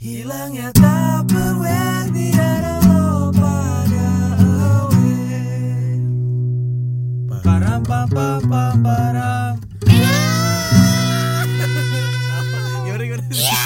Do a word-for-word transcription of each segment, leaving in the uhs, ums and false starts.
Hilangnya Tupperware biar lo pada aware. Param pam pam pam param. Gimana gimana?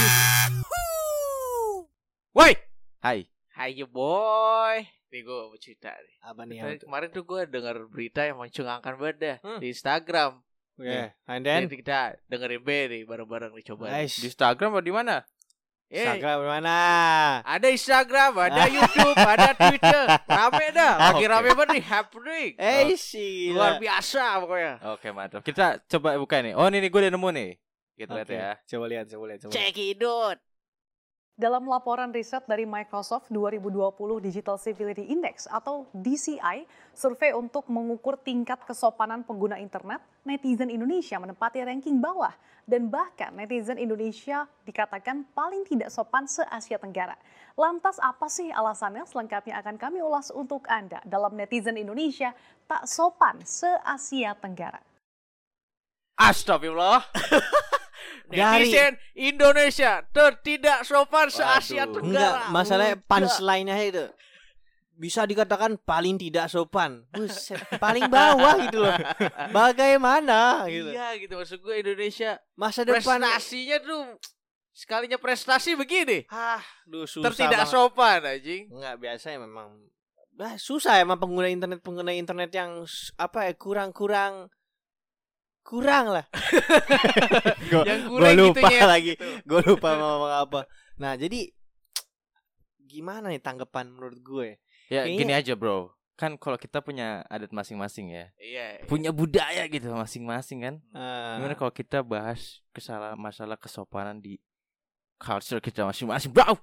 Woi, Hai. hai you boy. Nih gue mau cerita nih. Apa nih? Tadi kemarin tuh gue dengar berita yang mencengangkan banget dah Hmm. di Instagram. Yeah. And then Jadi kita dengerin B nih bareng-bareng nih coba. nih. Nice. Di Instagram atau di mana? Eh, Instagram mana? ada Instagram, ada YouTube, ada Twitter. Rame dah. Lagi Oke. rame banget nih, happening. Eh sih. Luar biasa pokoknya. Oke, mantap. Kita coba buka nih. Oh, ini nih gue udah nemu nih. Kita lihat ya. Coba lihat, coba lihat, coba. Check it out. Dalam laporan riset dari Microsoft dua ribu dua puluh Digital Civility Index atau D C I, survei untuk mengukur tingkat kesopanan pengguna internet, netizen Indonesia menempati ranking bawah dan bahkan netizen Indonesia dikatakan paling tidak sopan se-Asia Tenggara. Lantas apa sih alasannya? Selengkapnya akan kami ulas untuk Anda dalam netizen Indonesia tak sopan se-Asia Tenggara. Astagfirullah. Dari- Netizen Indonesia tertidak sopan se-Asia Waduh. Enggak, Tenggara. masalahnya Udah. punchline-nya itu bisa dikatakan paling tidak sopan. Buset, paling bawah gitu loh. Bagaimana gitu. Iya gitu maksud gue Indonesia Masa depan prestasinya tuh sekalinya prestasi begini. ah, duh susah Tertidak banget. sopan anjing. Enggak, biasa ya memang bah, susah emang pengguna internet pengguna internet yang s- apa ya kurang-kurang kurang lah. Yang Gue kurang lupa gitunya. lagi. Gue lupa mau ngomong apa. Nah, jadi gimana nih tanggapan menurut gue? Ya, Kayaknya- gini aja, Bro. Kan kalau kita punya adat masing-masing ya. Iya. Punya budaya gitu masing-masing kan. Ah, Gimana kalau kita bahas kesalahan masalah kesopanan di culture kita masing-masing, Bro?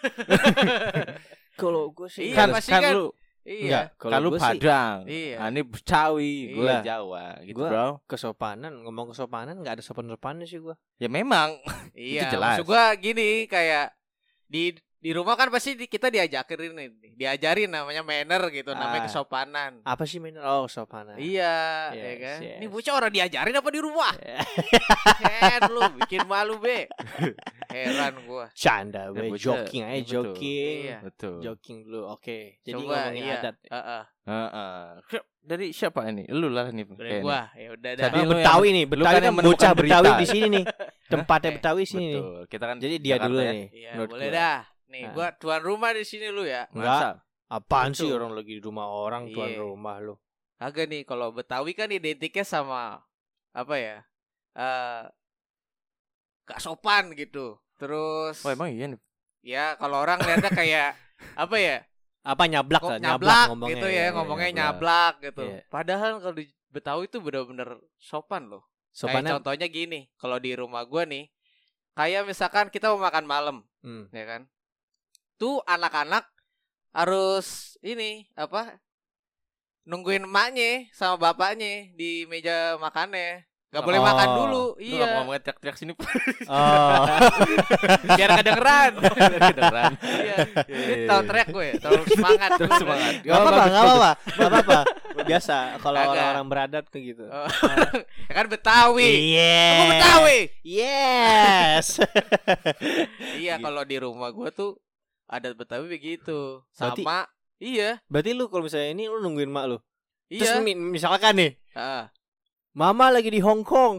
kalau gue sih Iya, kan pasti kan kan. lu Iya. Enggak. kalau Kalau lu gua sih- Padang, Iya. Ani Betawi, gue Iya. Jawa gitu, Gua- Bro. kesopanan, ngomong kesopanan nggak ada sopan-sopannya sih gue. Ya memang. Iya. Itu jelas. Maksud gua gini kayak di di rumah kan pasti di, kita diajarin nih, diajarin namanya manner gitu, Ah. namanya kesopanan. Apa sih men? Oh, kesopanan. Iya, Yes, ya kan. yes. Ini bocah orang diajarin apa di rumah? Heran lu, bikin malu be. Heran gua. Canda, Ya, we bocah. joking aja, Ya, betul. joking. Iya. Betul. Joking dulu. Oke. Jadi Coba ngomongin iya. adat. Heeh. Heeh. Dari siapa ini? Lu lah nih. Dari kayaknya. gua. Ya udah dah. Jadi Nah, lu Betawi yang- nih, lu Betawi kan kan yang menemukan bocah berita. Betawi di sini nih. Tempatnya Eh, Betawi sini nih. Betul. Kita kan Jadi dia Jakarta dulu ya. nih. Iya, menurut boleh gua. dah. Nih, Nah. gua tuan rumah di sini lu ya. Enggak. Apaan sih Betul. orang lagi di rumah orang tuan Iya. rumah lu? Agak nih kalau Betawi kan identiknya sama apa ya? Eh gak sopan gitu. Terus Oh, emang iya nih. ya kalau orang lihatnya kayak apa ya? Apa nyablak Kok lah, nyablak, ngomongnya. gitu ya, Iya, ngomongnya nyablak. nyablak gitu. Iya. Padahal kalau di Betawi itu benar-benar sopan loh. Sopannya Kayak contohnya gini, kalau di rumah gua nih, kayak misalkan kita mau makan malam, hmm. ya kan? Tuh anak-anak harus ini apa? Nungguin emaknya sama bapaknya di meja makannya. Gak boleh Oh. makan dulu. Lu Iya. gak mau ngomongin teriak-teriak sini. Oh. Biar kedengeran. Kedengeran. Iya. Ini tahu teriak gue, tahu semangat. Terus gue. semangat. Gak apa-apa, gak apa-apa. Gak apa-apa. Biasa kalau Kagak. orang-orang beradat kayak gitu. Oh. Ya kan Betawi. Iya. Kamu Betawi. Yes. Iya, Gitu. kalau di rumah gue tuh adat Betawi begitu. Berarti- Sama iya, Berarti lu kalau misalnya ini lu nungguin mak lu. Terus iya. mi- misalkan nih, Ah. Mama lagi di Hong Kong.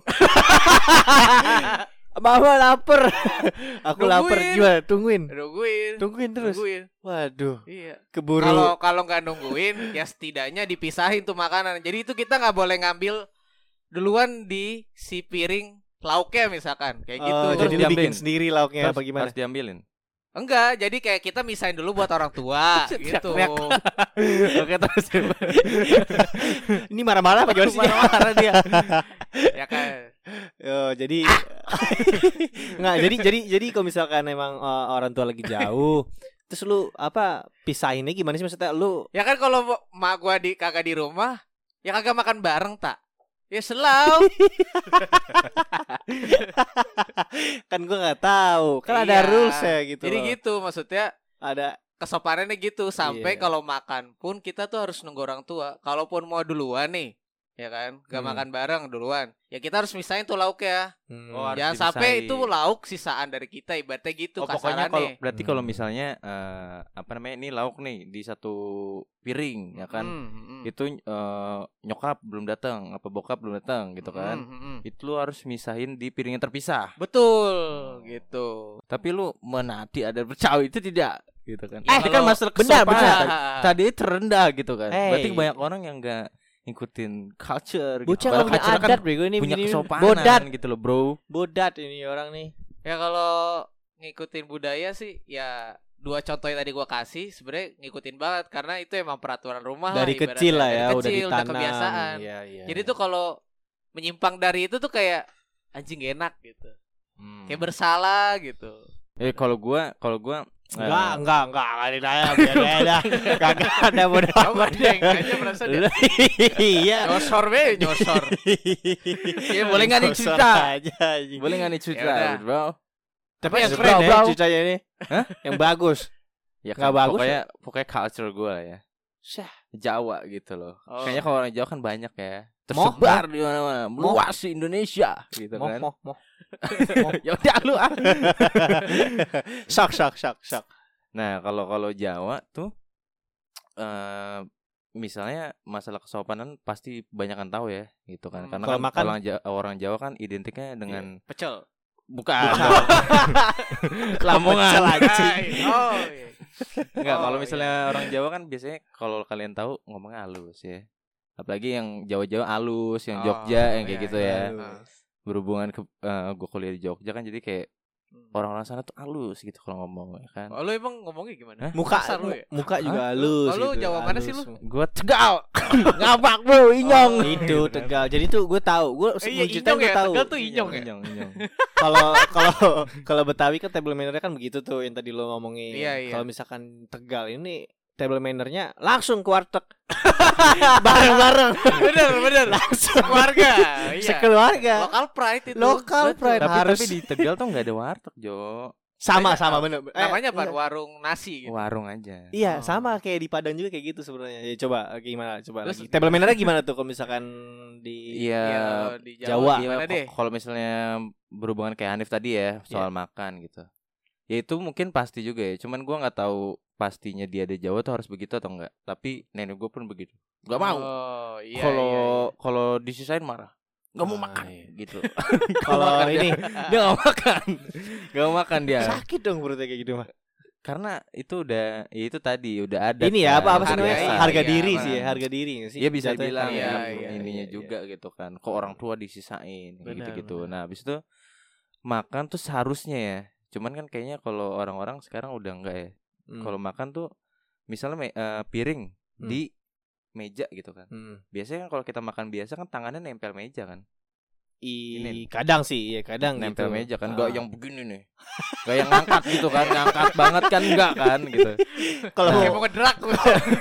Mama lapar. Aku lapar Nungguin. juga. Tungguin. Nungguin. Tungguin terus. Nungguin. Waduh, Iya. keburu. Kalau kalau nggak nungguin, ya setidaknya dipisahin tuh makanan. Jadi itu kita nggak boleh ngambil duluan di si piring lauknya misalkan, kayak gitu. Oh, Terus jadi lu diambilin. bikin sendiri lauknya Harus, apa gimana? harus diambilin. Enggak, jadi kayak kita misahin dulu buat orang tua gitu. Teriak-teriak. Oke, terus. Ini marah-marah apa gimana sih? Marah-marah dia. Ya kan. Oh, jadi nggak jadi jadi jadi kalau misalkan emang uh, orang tua lagi jauh, terus lu apa pisahinnya gimana sih maksudnya lu? Ya kan kalau mak gua di kagak di rumah, ya kagak makan bareng tak. Ya selau. Kan gua nggak tahu, kan ada Iya. rules ya gitu. Jadi loh. gitu maksudnya Ada kesopanannya gitu sampai Iya. kalau makan pun kita tuh harus nunggu orang tua. Kalaupun mau duluan nih, ya kan? Gak Hmm. makan bareng duluan. Ya kita harus misahin tuh lauk ya. Hmm. Oh, harus Jangan sampai dipisahin. itu lauk sisaan dari kita, ibaratnya gitu Oh, pokoknya kalau kasarannya. berarti Hmm. kalau misalnya eh, apa namanya ini lauk nih di satu piring ya kan. Hmm, hmm, hmm. Itu eh, nyokap belum datang, apa bokap belum datang gitu kan. Hmm, hmm, hmm. Itu lu harus misahin di piring yang terpisah. Betul, gitu. Tapi lu menati ada bercawi itu tidak gitu kan. Eh, Itu kan kalau- masalah benar, kesopanan. benar. Tadi- Tadi terendah gitu kan. Hey. Berarti banyak orang yang enggak ngikutin culture gitu. Bocah Padahal nggak punya culture adat bego ini punya begini. kesopanan Bodat, gitu loh, bro. bodat ini orang nih. Ya kalau ngikutin budaya sih ya dua contoh yang tadi gua kasih sebenarnya ngikutin banget karena itu emang peraturan rumah Dari lah, ibaratnya. kecil lah Dari ya, udah kecil, ditanam. kebiasaan. Iya, iya. Jadi tuh kalau menyimpang dari itu tuh kayak anjing gak enak gitu. Hmm. Kayak bersalah gitu. Eh kalau gua, kalau gua Enggak, eh, enggak, enggak, enggak ada daya, biar ada. Kagak ada bodoh Coba amat. deh aja merasa dia Iya. nyosor be, nyosor. Ya, boleh nggak nih Gosor cerita? aja, anjing. boleh nggak nih cerita, Yaudah. bro? Tapi Apa yang sih, keren bro, ya bro? ceritanya ini. Hah? Yang bagus. Ya Nggak kan, bagus pokoknya pokoknya culture gua lah ya. Syah. Jawa gitu loh. Oh. Kayaknya kalau orang Jawa kan banyak ya. Tersebar di mana-mana, meluas di Indonesia gitu Moh, kan. moh, moh. Ya udah lu ah. Sak, sak, sak, sak. Nah, kalau kalau Jawa tuh eh misalnya masalah kesopanan pasti banyak kan tahu ya gitu kan. Hmm. Karena Kalau kan makan- orang Jawa, orang Jawa kan identiknya dengan Pecel. bukan Pecel Lamongan. anjing. Oh, iya. Enggak, Oh, kalau iya. misalnya orang Jawa kan biasanya kalau kalian tahu ngomongnya halus ya. Apalagi yang Jawa-Jawa halus, yang Oh, Jogja yang kayak iya, gitu iya. ya. Halus. Berhubungan ke gue kuliah di Jogja kan jadi kayak Hmm. orang-orang sana tuh halus gitu kalau ngomong ya kan. Oh, lu emang ngomongnya gimana? Hah? Muka Kasar lu ya? muka juga Hah? halus. Oh, lu gitu, Jawa mana sih halus. lu? Gue Tegal. Ngabak bro, inyong. Oh, itu Tegal. Jadi tuh gue tahu, gue Eh, iya, cerita inyong gue ya, tahu. Tegal tuh inyong ya? Inyong, inyong. Kalau kalau kalau Betawi kan table mannernya kan begitu tuh yang tadi lo ngomongin. Iya, iya. Kalau misalkan Tegal ini table mannernya langsung ke warteg. Bareng-bareng. Bener, bener. Langsung Keluarga. Iya. sekeluarga. Local pride itu. Local Betul. pride. Tapi harus. tapi di Tegal tuh nggak ada warteg, Jo. Sama Beda. sama bener. Eh, Namanya apa? iya. Warung nasi gitu. Warung aja. Iya, Oh. sama kayak di Padang juga kayak gitu sebenarnya. Ya coba gimana? Coba Terus- lagi. Table mannernya gimana tuh kalau misalkan di Iya. Iya, di Jawa. Jawa, Iya, gimana ko- deh? kalau misalnya berhubungan kayak Hanif tadi ya soal makan gitu. Ya itu mungkin pasti juga ya. Cuman gua nggak tahu pastinya dia ada Jawa tuh harus begitu atau enggak. Tapi nenek gue pun begitu. Gak mau. Oh, iya, Kalau iya, iya. kalau disisain marah. Gak mau Ah, makan iya. gitu. kalau makan dia. ini Dia gak mau makan. Gak mau makan dia. sakit dong perutnya kayak gitu mah. Karena itu udah ya itu tadi udah ada. Ini ya apa apa sih Harga, namanya? iya, Harga iya, diri Bang. sih ya, harga diri nggak sih? Iya bisa Jatuhnya bilang kan. Iya, ya, iya, ininya iya, juga gitu kan. Kok orang tua disisain Benar, gitu-gitu. benar. Nah, habis itu makan tuh seharusnya ya. Cuman kan kayaknya kalau orang-orang sekarang udah enggak ya. Hmm. Kalau makan tuh misalnya me- eh, piring Hmm. di meja gitu kan. Hmm. Biasanya kan kalau kita makan biasa kan tangannya nempel meja kan. I, Ini. kadang sih, ya kadang Nempel gitu. meja kan. Ah. Gak yang begini nih. Gak yang ngangkat gitu kan. Ngangkat banget kan enggak kan gitu. Kalau Kayak mau ngedrak gua.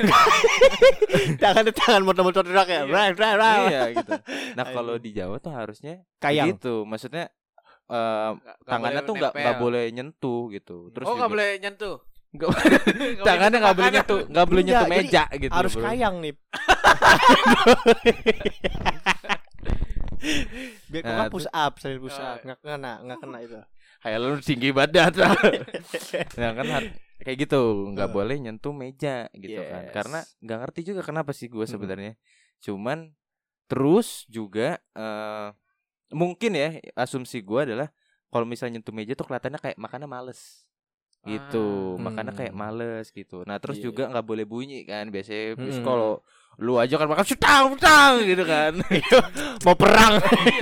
tangan tangan motor-motor truk ya. Right, right, right. Iya gitu. Nah, kalau di Jawa tuh harusnya Kayang. gitu. Maksudnya eh, Nggak- nggak tangannya boleh tuh nggak nggak nempel. boleh nyentuh gitu. Terus Oh, nggak juga- boleh nyentuh. Nggak Nggak tangannya nggak boleh makanan. nyentuh, nggak boleh Enggak, nyentuh jadi meja gitu. Harus bro. kayang nih. Biar Nah, nah, push up, saya push Oh. up, nggak kena, nggak kena itu. Kayak lu tinggi badan. Nah kan har- kayak gitu, nggak Uh. boleh nyentuh meja gitu kan. Yes. Karena nggak ngerti juga kenapa sih gue Mhm. sebenarnya. Cuman terus juga eh mungkin ya asumsi gue adalah kalau misalnya nyentuh meja tuh kelihatannya kayak makannya males. Gitu, Ah. makannya kayak Hmm. males gitu. Nah, terus Iya, juga nggak boleh bunyi kan. Biasanya bis Hmm. kalau lu aja kan makan sutang, sutang gitu kan. Mau perang.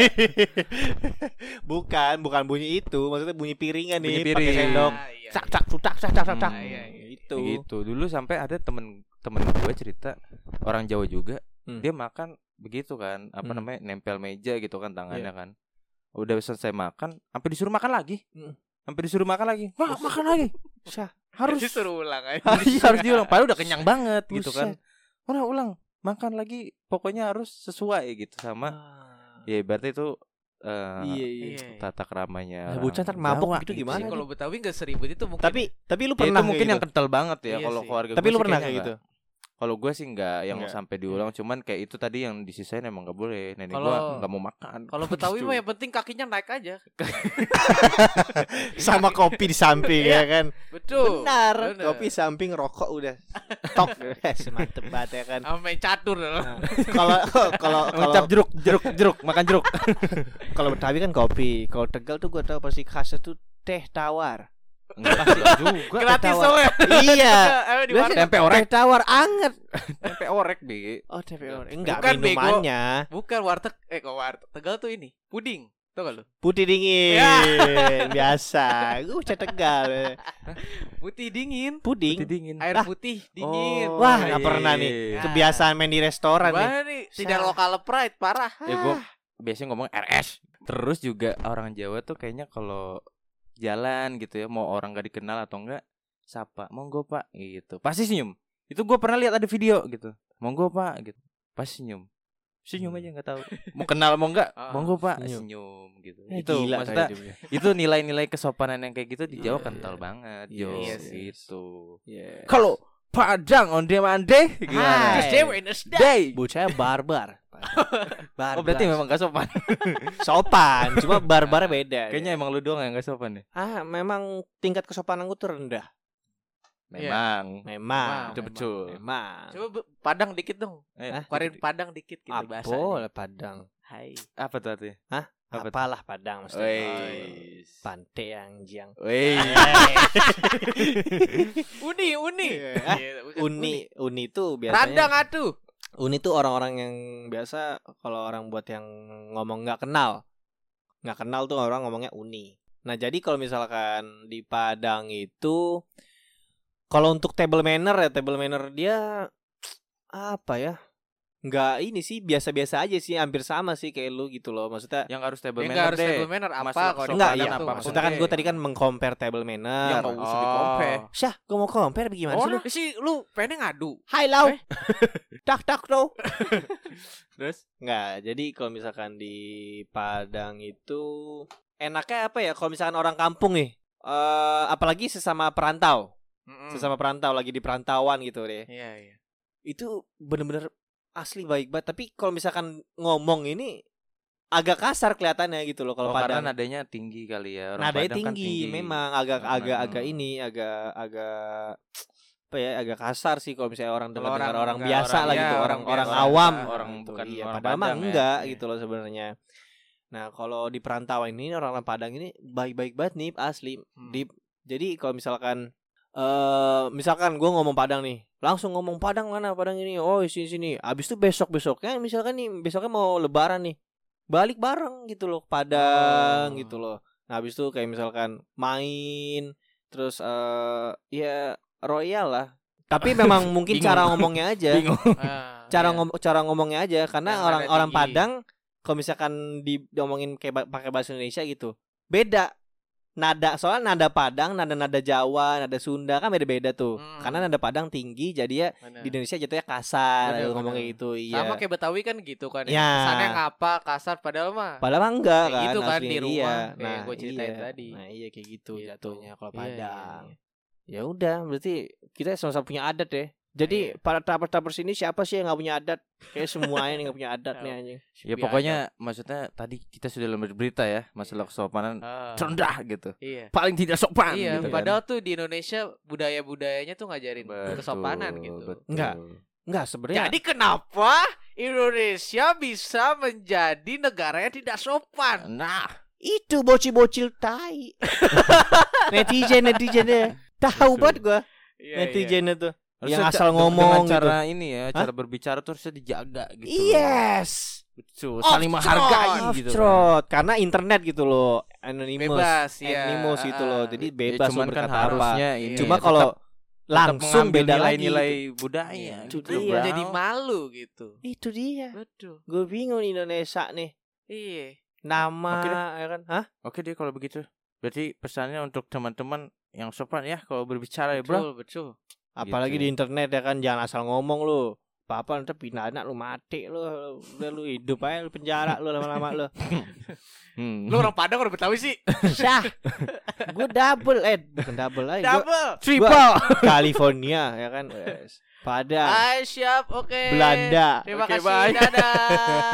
bukan, bukan bunyi itu, maksudnya bunyi piringan nih, Bunyi pakai piring. sendok. Ah, iya, Cak iya. cak sutak cak cak cak cak. Hmm. Iya, iya. Itu. Gitu. Dulu sampai ada temen temen gue cerita orang Jawa juga, Hmm. dia makan begitu kan, apa Hmm. namanya nempel meja gitu kan tangannya Iya. kan. Udah selesai makan, sampai disuruh makan lagi, Hmm. sampai disuruh makan lagi, wah makan lagi, Syah. harus Disuruh ulang aja. harus harus diulang, padahal udah kenyang banget gitu kan. Buset. Udah ulang, makan lagi, pokoknya harus sesuai gitu sama. Ah. Ya berarti itu eh, Iya, iya. Iya. tata keramanya. Nah, orang bocah ntar mabok Jawa gitu gimana? Sih, kalau Betawi nggak seribet itu mungkin. Tapi tapi lu Ya, pernah itu mungkin kayak yang gitu? kental banget ya Iya kalau sih. keluarga Tapi gue lu sih pernah kayaknya kayak gitu? nggak. Kalau gue sih nggak yang Nggak. sampai diulang, cuman kayak itu tadi yang disisain emang nggak boleh. Nenek Kalau- gue nggak mau makan. Kalau Betawi mah yang penting kakinya naik aja. Sama kopi di samping ya kan. Betul. Benar. Bener. Kopi samping rokok udah top. Mantep banget ya kan. Sama main catur. Nah, Kalau kalau kalau Ngecap jeruk, jeruk, jeruk, makan jeruk. kalau Betawi kan kopi. Kalau Tegal tuh gue tahu pasti khasnya tuh teh tawar. Enggak juga. Gratis Tawar. soalnya. Iya. Emang di Biasa warteg. tempe orek. Teh tawar anget. Tempe orek, Bi. Oh, teh orek. Enggak Bukan, bego. minumannya. Bukan warteg. Eh kok warteg Tegal tuh ini puding. Tau gak lu? Putih dingin. Ya. Biasa. Gue cek Tegal. Putih dingin. Puding. Putih dingin. Air putih dingin. Oh, Wah, iya, nggak pernah nih. iya. Kebiasaan main di restoran nih. Gimana nih? Tidak Sah. lokal pride parah. Ya gue biasanya ngomong R S. Terus juga orang Jawa tuh kayaknya kalau jalan gitu ya, mau orang gak dikenal atau enggak, sapa, monggo pak gitu, pasti senyum. Itu gue pernah lihat ada video gitu, monggo pak gitu, pasti senyum. Senyum aja nggak tahu mau kenal mau enggak, Ah, monggo pak senyum. senyum, gitu. Eh, Itu gila maksudnya kayak dia. itu nilai-nilai kesopanan yang kayak gitu di Jawa Iya, kental iya. banget, Iya, Jos, iya sih. gitu. Iya. Kalau Padang on demand gimana? Hai. Terus dia Wednesday. Day. Bocahnya barbar. Barbar. Oh berarti memang gak sopan. sopan, cuma barbar beda. Kayaknya emang lu doang yang gak sopan ya. ah memang tingkat kesopanan gue tuh rendah. Memang. Memang. Itu betul. Memang. Coba be- Padang dikit dong. Eh, Hah? Keluarin Padang dikit gitu Apa bahasanya. Padang? Hai. apa tuh artinya? Hah? Apa tuh? Apalah Padang maksudnya. Wes. Pantai yang jiang. Weh. Uni, uni. Ah, Iya, bukan Uni, uni tuh biasanya. Radang atuh. Uni tuh orang-orang yang biasa kalau orang buat yang ngomong nggak kenal, nggak kenal tuh orang ngomongnya uni. Nah jadi kalau misalkan di Padang itu, kalau untuk table manner ya table manner dia apa ya? Nggak ini sih biasa-biasa aja sih, hampir sama sih kayak lu gitu loh. Maksudnya Yang harus table Ya manner nggak harus deh. table manner apa Masuk kalau sopan enggak dan ya. apa, tuh. Maksudnya kan Oke. gue tadi kan mengcompare table Yang manner. nggak usah di-compare. Syah, gue mau compare bagaimana Oh, sih lu? lu sih lu pengen ngadu. Hai lau. Eh? Tak tak tuh. Terus Nggak, jadi kalau misalkan di Padang itu enaknya apa ya? Kalau misalkan orang kampung nih, eh apalagi sesama perantau, Mm-mm. sesama perantau lagi di perantauan gitu deh. Iya, iya. Itu bener-bener asli baik banget. Tapi kalau misalkan ngomong ini agak kasar kelihatannya gitu loh kalau oh, karena Padang. nadanya tinggi kali ya. Orang Nadanya Padang kan tinggi, memang agak Hmm. agak agak ini, agak agak apa ya, agak kasar sih kalau misalnya orang Kalau dengar-dengar orang- orang enggak, biasa orang- lah ya, gitu, orang orang orang biasa. awam, Orang gitu. bukan iya, orang padahal mah Padang ya. enggak Iya. gitu loh sebenarnya. Nah, kalau di perantauan ini orang-orang Padang ini baik-baik banget nih asli. Hmm. Di jadi kalau misalkan eh misalkan gue ngomong Padang nih, langsung ngomong Padang mana Padang ini, oh sini sini. Abis itu besok besoknya misalkan nih besoknya mau Lebaran nih, balik bareng gitu loh ke Padang Oh. gitu loh. Nah abis itu kayak misalkan main, terus eh ya royal lah. Tapi memang mungkin Bingung. cara ngomongnya aja, Bingung. Ah, cara iya. ngom cara ngomongnya aja, karena Yang orang nada orang tinggi. Padang kalau misalkan di diomongin kayak ba- pakai bahasa Indonesia gitu, beda. Nada soalnya nada Padang, nada-nada Jawa, nada Sunda kan beda-beda tuh. Hmm. Karena nada Padang tinggi jadi ya Bener. di Indonesia jatuhnya kasar, Bener, ngomongnya bener. gitu. Iya. Sama kayak Betawi kan gitu kan ya. Ya. Kesannya ngapa kasar padahal mah. Padahal mah enggak Kayak kan, gitu kan aslinya. di rumah, Iya. kayak Nah, gua ceritain iya. tadi. Nah, iya kayak gitu, Gitu. jatuhnya kalau Iya, iya, Padang. iya. Ya udah, berarti kita sama-sama punya adat ya. Jadi Iya. para tapers-tapers ini siapa sih yang nggak punya adat? Kayak semuanya nih nggak punya adat nih anjing. Ya pokoknya maksudnya tadi kita sudah dalam berita ya masalah kesopanan Ah, rendah gitu. Iya. Paling tidak sopan Iya, gitu kan. padahal tuh di Indonesia budaya-budayanya tuh ngajarin Betul, kesopanan gitu. betul. Enggak. Enggak sebenarnya. Jadi kenapa Indonesia bisa menjadi negara yang tidak sopan? Nah, Itu bocil-bocil tai. netizen netizennya tahu Betul. banget gua Iya, netizennya tuh. Yang harusnya asal ca- ngomong dengan gitu. cara ini ya, cara berbicara tuh harusnya dijaga gitu. Yes. Betul, Off saling menghargai Off gitu. Trot. Karena internet gitu loh, anonymous, Bebas, ya. anonymous gitu loh. Ah, jadi Ya, bebas cuman lo kan berkata apa. harusnya ini Cuma ya, kalau tetap- tetap langsung mengambil beda nilai-nilai lagi. budaya. Itu gitu, dia. bro. Jadi malu gitu. Itu dia. Betul. Gue bingung Indonesia nih. Iya. Nama Oke deh. ya kan? Hah? Oke deh kalau begitu. Berarti pesannya untuk teman-teman yang sopan ya kalau berbicara ya, Bro. Betul, betul. Apalagi Gitu. di internet ya kan, jangan asal ngomong lu. Apa nanti pindah anak lu mati lu, udah lu hidup aja lu penjara lu lama-lama lu. Hmm. Lu orang Padang orang Betawi sih. Syah. Gue double eh bukan double aja. Double. Triple. California ya kan. Padang. Ah, siap, oke. Belanda. Terima Oke, kasih. bye. Dadah.